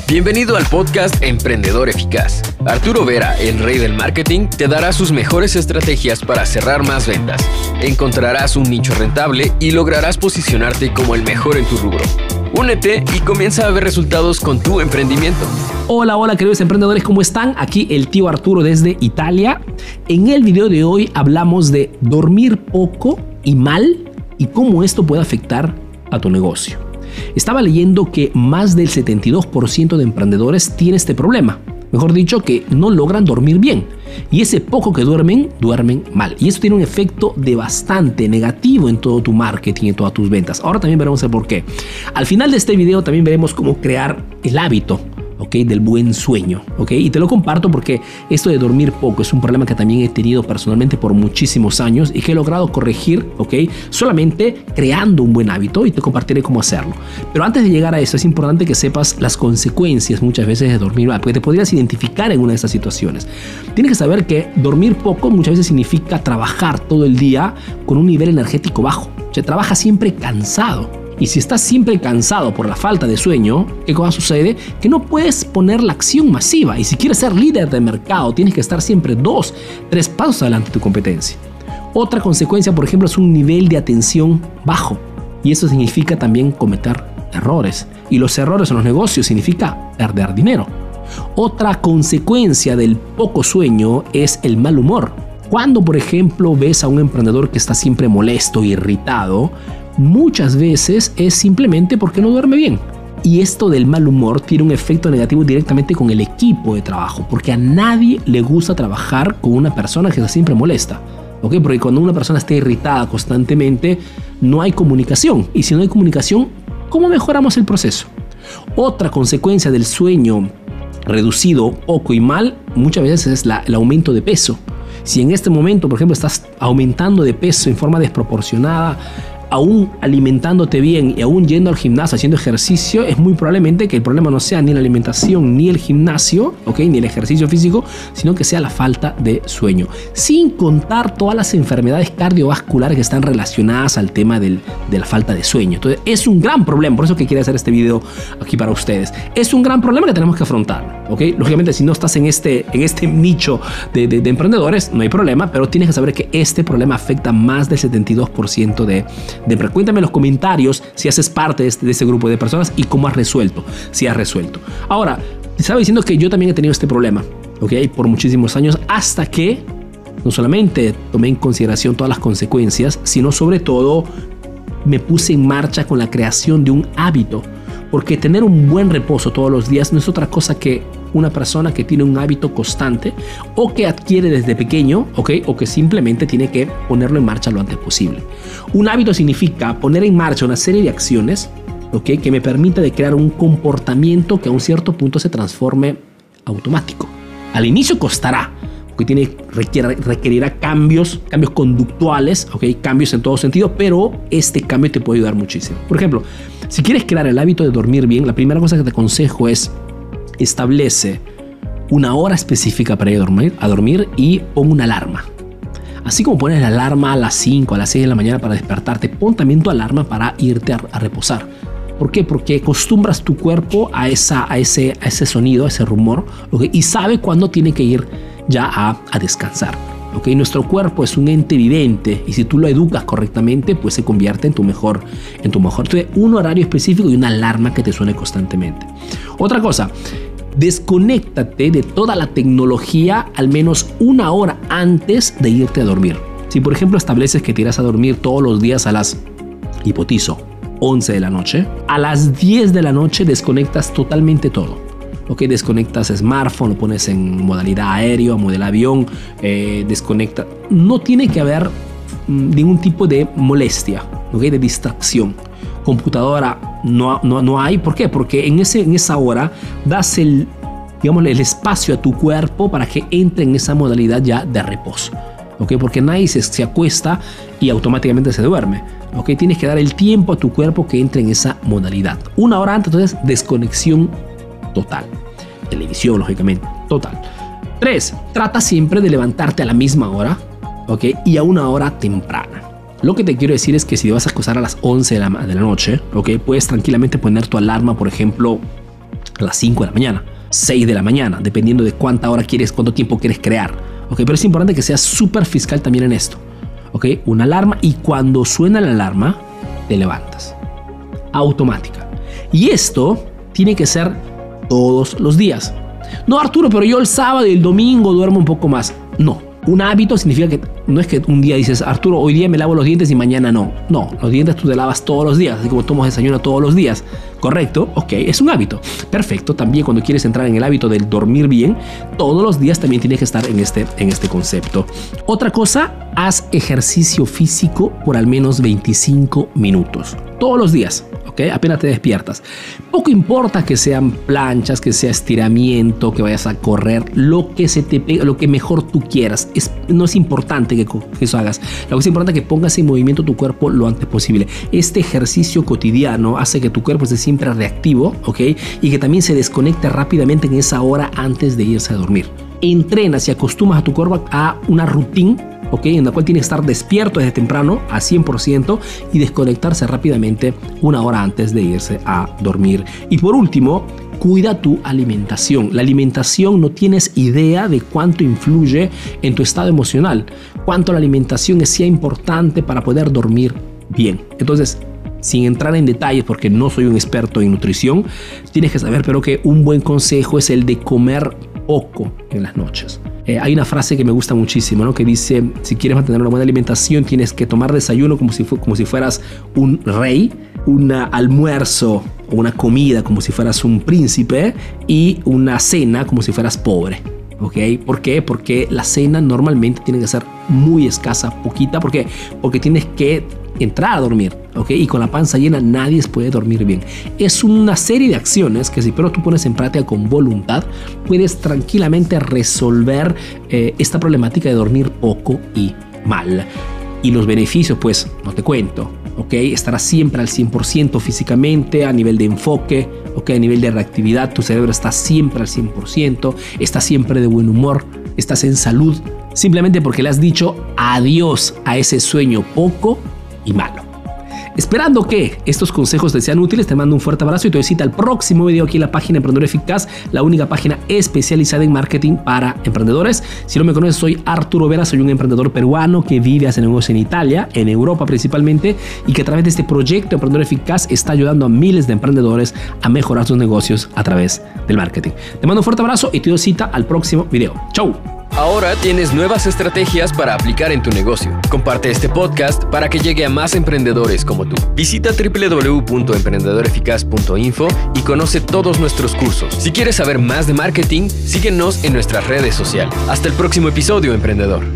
Bienvenido al podcast Emprendedor Eficaz. Arturo Vera, el rey del marketing, te dará sus mejores estrategias para cerrar más ventas. Encontrarás un nicho rentable y lograrás posicionarte como el mejor en tu rubro. Únete y comienza a ver resultados con tu emprendimiento. Hola queridos emprendedores, ¿cómo están? Aquí el tío Arturo desde Italia. En el video de hoy hablamos de dormir poco y mal y cómo esto puede afectar a tu negocio. Estaba leyendo que más del 72% de emprendedores tiene este problema. Mejor dicho, que no logran dormir bien. Y ese poco que duermen mal. Y eso tiene un efecto bastante negativo en todo tu marketing y en todas tus ventas. Ahora también veremos el por qué. Al final de este video también veremos cómo crear el hábito, del buen sueño, y te lo comparto porque esto de dormir poco es un problema que también he tenido personalmente por muchísimos años y que he logrado corregir, solamente creando un buen hábito, y te compartiré cómo hacerlo. Pero antes de llegar a eso es importante que sepas las consecuencias muchas veces de dormir mal, porque te podrías identificar en una de estas situaciones. Tienes que saber que dormir poco muchas veces significa trabajar todo el día con un nivel energético bajo. O sea, trabajas siempre cansado. Y si estás siempre cansado por la falta de sueño, ¿qué cosa sucede? Que no puedes poner la acción masiva. Y si quieres ser líder de mercado, tienes que estar siempre 2-3 pasos adelante de tu competencia. Otra consecuencia, por ejemplo, es un nivel de atención bajo. Y eso significa también cometer errores. Y los errores en los negocios significa perder dinero. Otra consecuencia del poco sueño es el mal humor. Cuando, por ejemplo, ves a un emprendedor que está siempre molesto, irritado, muchas veces es simplemente porque no duerme bien. Y esto del mal humor tiene un efecto negativo directamente con el equipo de trabajo, porque a nadie le gusta trabajar con una persona que está siempre molesta. Porque cuando una persona está irritada constantemente, no hay comunicación. Y si no hay comunicación, ¿cómo mejoramos el proceso? Otra consecuencia del sueño reducido, poco y mal, muchas veces es el aumento de peso. Si en este momento, por ejemplo, estás aumentando de peso en forma desproporcionada, aún alimentándote bien y aún yendo al gimnasio, haciendo ejercicio, es muy probablemente que el problema no sea ni la alimentación ni el gimnasio, ni el ejercicio físico, sino que sea la falta de sueño. Sin contar todas las enfermedades cardiovasculares que están relacionadas al tema de la falta de sueño. Entonces es un gran problema, por eso que quiero hacer este video aquí para ustedes. Es un gran problema que tenemos que afrontar. Lógicamente, si no estás en este nicho de emprendedores, no hay problema, pero tienes que saber que este problema afecta más del 72% de cuéntame en los comentarios si haces parte de ese grupo de personas y cómo has resuelto, si has resuelto. Ahora, te estaba diciendo que yo también he tenido este problema, por muchísimos años, hasta que no solamente tomé en consideración todas las consecuencias, sino sobre todo me puse en marcha con la creación de un hábito. Porque tener un buen reposo todos los días no es otra cosa que una persona que tiene un hábito constante o que adquiere desde pequeño, o que simplemente tiene que ponerlo en marcha lo antes posible. Un hábito significa poner en marcha una serie de acciones, que me permita de crear un comportamiento que a un cierto punto se transforme automático. Al inicio costará, porque requerirá cambios conductuales, cambios en todo sentido, pero este cambio te puede ayudar muchísimo. Por ejemplo, si quieres crear el hábito de dormir bien, la primera cosa que te aconsejo es establece una hora específica para ir a dormir y pon una alarma. Así como pones la alarma a las 5, a las 6 de la mañana para despertarte, pon también tu alarma para irte a reposar. ¿Por qué? Porque acostumbras tu cuerpo a ese sonido, a ese rumor, y sabe cuándo tiene que ir ya a descansar. Nuestro cuerpo es un ente viviente y si tú lo educas correctamente, pues se convierte en tu mejor. Entonces, un horario específico y una alarma que te suene constantemente. Otra cosa, desconéctate de toda la tecnología al menos una hora antes de irte a dormir. Si por ejemplo estableces que te irás a dormir todos los días a las, hipnotizo, 11 de la noche, a las 10 de la noche desconectas totalmente todo. Desconectas smartphone, lo pones en modalidad aéreo, modalidad avión, desconecta. No tiene que haber ningún tipo de molestia, de distracción. Computadora no hay. ¿Por qué? Porque en esa hora das el espacio a tu cuerpo para que entre en esa modalidad ya de reposo. Porque nadie se acuesta y automáticamente se duerme. Tienes que dar el tiempo a tu cuerpo que entre en esa modalidad. Una hora antes, entonces, desconexión total. Televisión, lógicamente, total. 3. Trata siempre de levantarte a la misma hora, y a una hora temprana. Lo que te quiero decir es que si te vas a acostar a las 11 de la noche, puedes tranquilamente poner tu alarma, por ejemplo, a las 5 de la mañana, 6 de la mañana, dependiendo de cuánto tiempo quieres crear. ¿Okay? Pero es importante que seas súper fiscal también en esto. ¿Okay? Una alarma, y cuando suena la alarma, te levantas. Automática. Y esto tiene que ser todos los días. No, Arturo, pero yo el sábado y el domingo duermo un poco más. No. Un hábito significa que no es que un día dices, Arturo, hoy día me lavo los dientes y mañana no. No, los dientes tú te lavas todos los días, así como tomas desayuno todos los días. ¿Correcto? Ok, es un hábito. Perfecto. También cuando quieres entrar en el hábito del dormir bien, todos los días también tienes que estar en este concepto. Otra cosa, haz ejercicio físico por al menos 25 minutos. Todos los días. ¿Okay? Apenas te despiertas. Poco importa que sean planchas, que sea estiramiento, que vayas a correr, lo que mejor tú quieras. No es importante que eso hagas. Lo que es importante es que pongas en movimiento tu cuerpo lo antes posible. Este ejercicio cotidiano hace que tu cuerpo esté siempre reactivo, ¿ok? Y que también se desconecte rápidamente en esa hora antes de irse a dormir. Entrenas y acostumbras a tu cuerpo a una rutina, ¿okay? En la cual tienes que estar despierto desde temprano a 100% y desconectarse rápidamente una hora antes de irse a dormir. Y por último, cuida tu alimentación. La alimentación, no tienes idea de cuánto influye en tu estado emocional, cuánto la alimentación sea importante para poder dormir bien. Entonces, sin entrar en detalles porque no soy un experto en nutrición, tienes que saber, pero que un buen consejo es el de comer poco en las noches. Hay una frase que me gusta muchísimo, ¿no? Que dice, si quieres mantener una buena alimentación, tienes que tomar desayuno como si fueras un rey, un almuerzo o una comida como si fueras un príncipe y una cena como si fueras pobre. ¿Okay? ¿Por qué? Porque la cena normalmente tiene que ser muy escasa, poquita. ¿Por qué? Porque tienes que entrar a dormir, ¿ok? Y con la panza llena nadie puede dormir bien. Es una serie de acciones que si pero tú pones en práctica con voluntad, puedes tranquilamente resolver esta problemática de dormir poco y mal. Y los beneficios, pues, no te cuento, ¿ok? Estarás siempre al 100% físicamente, a nivel de enfoque, ¿ok? A nivel de reactividad, tu cerebro está siempre al 100%, estás siempre de buen humor, estás en salud, simplemente porque le has dicho adiós a ese sueño poco y malo. Esperando que estos consejos te sean útiles, te mando un fuerte abrazo y te doy cita al próximo video aquí en la página Emprendedor Eficaz, la única página especializada en marketing para emprendedores. Si no me conoces, soy Arturo Vera, soy un emprendedor peruano que vive, hace negocios en Italia, en Europa principalmente, y que a través de este proyecto Emprendedor Eficaz está ayudando a miles de emprendedores a mejorar sus negocios a través del marketing. Te mando un fuerte abrazo y te doy cita al próximo video. ¡Chau! Ahora tienes nuevas estrategias para aplicar en tu negocio. Comparte este podcast para que llegue a más emprendedores como tú. Visita www.emprendedoreficaz.info y conoce todos nuestros cursos. Si quieres saber más de marketing, síguenos en nuestras redes sociales. Hasta el próximo episodio, emprendedor.